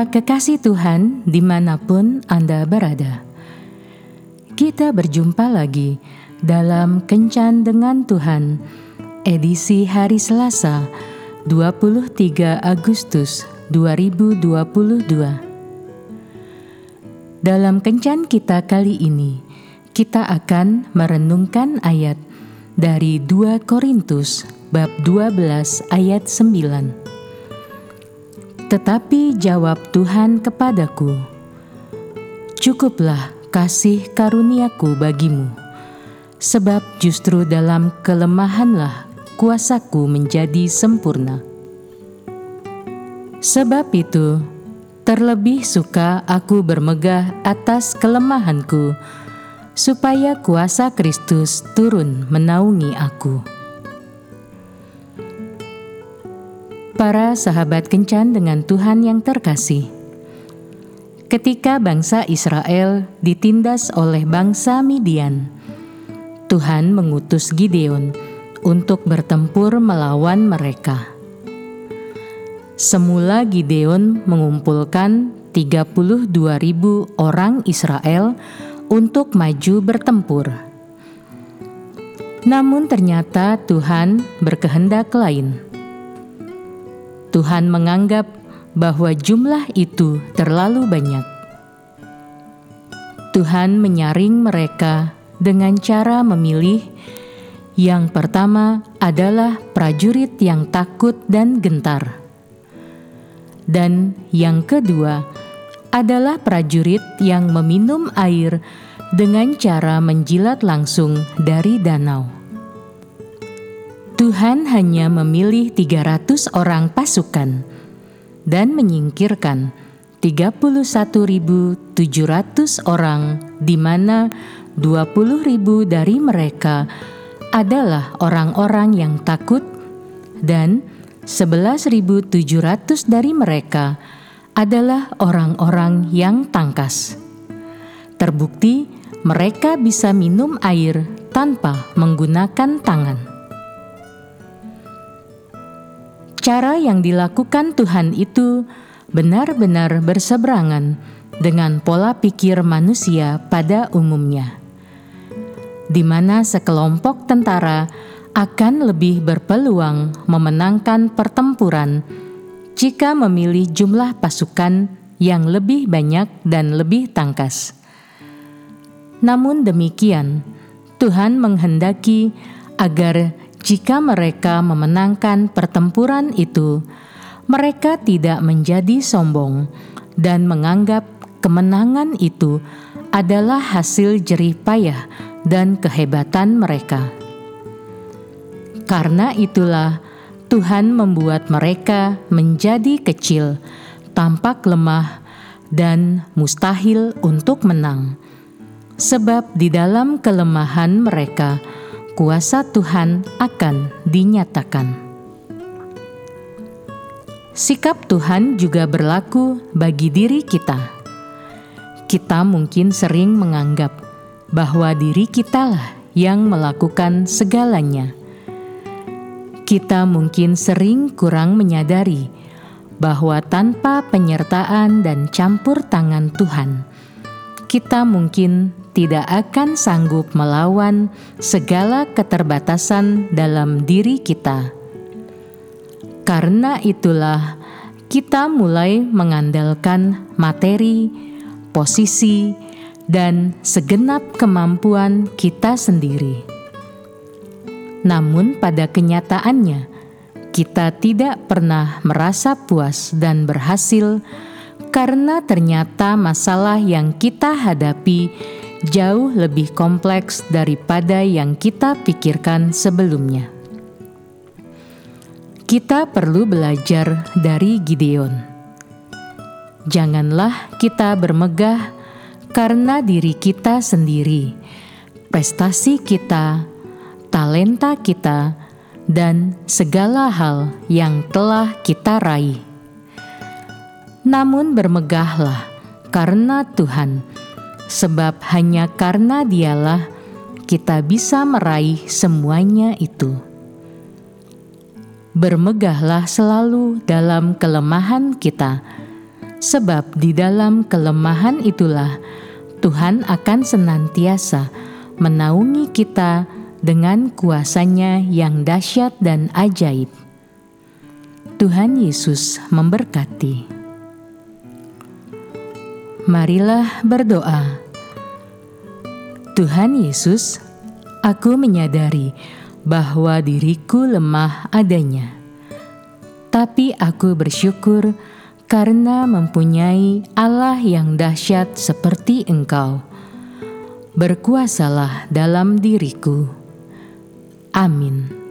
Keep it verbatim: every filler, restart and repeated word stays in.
Para kekasih Tuhan dimanapun Anda berada, kita berjumpa lagi dalam Kencan dengan Tuhan, edisi hari Selasa, dua puluh tiga Agustus dua ribu dua puluh dua. Dalam Kencan kita kali ini, kita akan merenungkan ayat dari dua Korintus bab dua belas ayat sembilan. Tetapi jawab Tuhan kepadaku, "Cukuplah kasih karuniaku bagimu, sebab justru dalam kelemahanlah kuasaku menjadi sempurna." Sebab itu, terlebih suka aku bermegah atas kelemahanku, supaya kuasa Kristus turun menaungi aku. Para sahabat Kencan dengan Tuhan yang terkasih, ketika bangsa Israel ditindas oleh bangsa Midian, Tuhan mengutus Gideon untuk bertempur melawan mereka. Semula Gideon mengumpulkan tiga puluh dua ribu orang Israel untuk maju bertempur. Namun ternyata Tuhan berkehendak lain. Tuhan menganggap bahwa jumlah itu terlalu banyak. Tuhan menyaring mereka dengan cara memilih. Yang pertama adalah prajurit yang takut dan gentar. Dan yang kedua adalah prajurit yang meminum air dengan cara menjilat langsung dari danau. Tuhan hanya memilih tiga ratus orang pasukan dan menyingkirkan tiga puluh satu ribu tujuh ratus orang, di mana dua puluh ribu dari mereka adalah orang-orang yang takut dan sebelas ribu tujuh ratus dari mereka adalah orang-orang yang tangkas. Terbukti mereka bisa minum air tanpa menggunakan tangan. Cara yang dilakukan Tuhan itu benar-benar berseberangan dengan pola pikir manusia pada umumnya, di mana sekelompok tentara akan lebih berpeluang memenangkan pertempuran jika memilih jumlah pasukan yang lebih banyak dan lebih tangkas. Namun demikian, Tuhan menghendaki agar jika mereka memenangkan pertempuran itu, mereka tidak menjadi sombong dan menganggap kemenangan itu adalah hasil jerih payah dan kehebatan mereka. Karena itulah Tuhan membuat mereka menjadi kecil, tampak lemah, dan mustahil untuk menang. Sebab di dalam kelemahan mereka, kuasa Tuhan akan dinyatakan. Sikap Tuhan juga berlaku bagi diri kita. Kita mungkin sering menganggap bahwa diri kitalah yang melakukan segalanya. Kita mungkin sering kurang menyadari bahwa tanpa penyertaan dan campur tangan Tuhan, kita mungkin tidak akan sanggup melawan segala keterbatasan dalam diri kita. Karena itulah kita mulai mengandalkan materi, posisi, dan segenap kemampuan kita sendiri. Namun pada kenyataannya, kita tidak pernah merasa puas dan berhasil karena ternyata masalah yang kita hadapi jauh lebih kompleks daripada yang kita pikirkan sebelumnya. Kita perlu belajar dari Gideon. Janganlah kita bermegah karena diri kita sendiri, prestasi kita, talenta kita, dan segala hal yang telah kita raih. Namun bermegahlah karena Tuhan, sebab hanya karena Dialah kita bisa meraih semuanya itu. Bermegahlah selalu dalam kelemahan kita, sebab di dalam kelemahan itulah Tuhan akan senantiasa menaungi kita dengan kuasa-Nya yang dahsyat dan ajaib. Tuhan Yesus memberkati. Marilah berdoa. Tuhan Yesus, aku menyadari bahwa diriku lemah adanya, tapi aku bersyukur karena mempunyai Allah yang dahsyat seperti Engkau. Berkuasalah dalam diriku. Amin.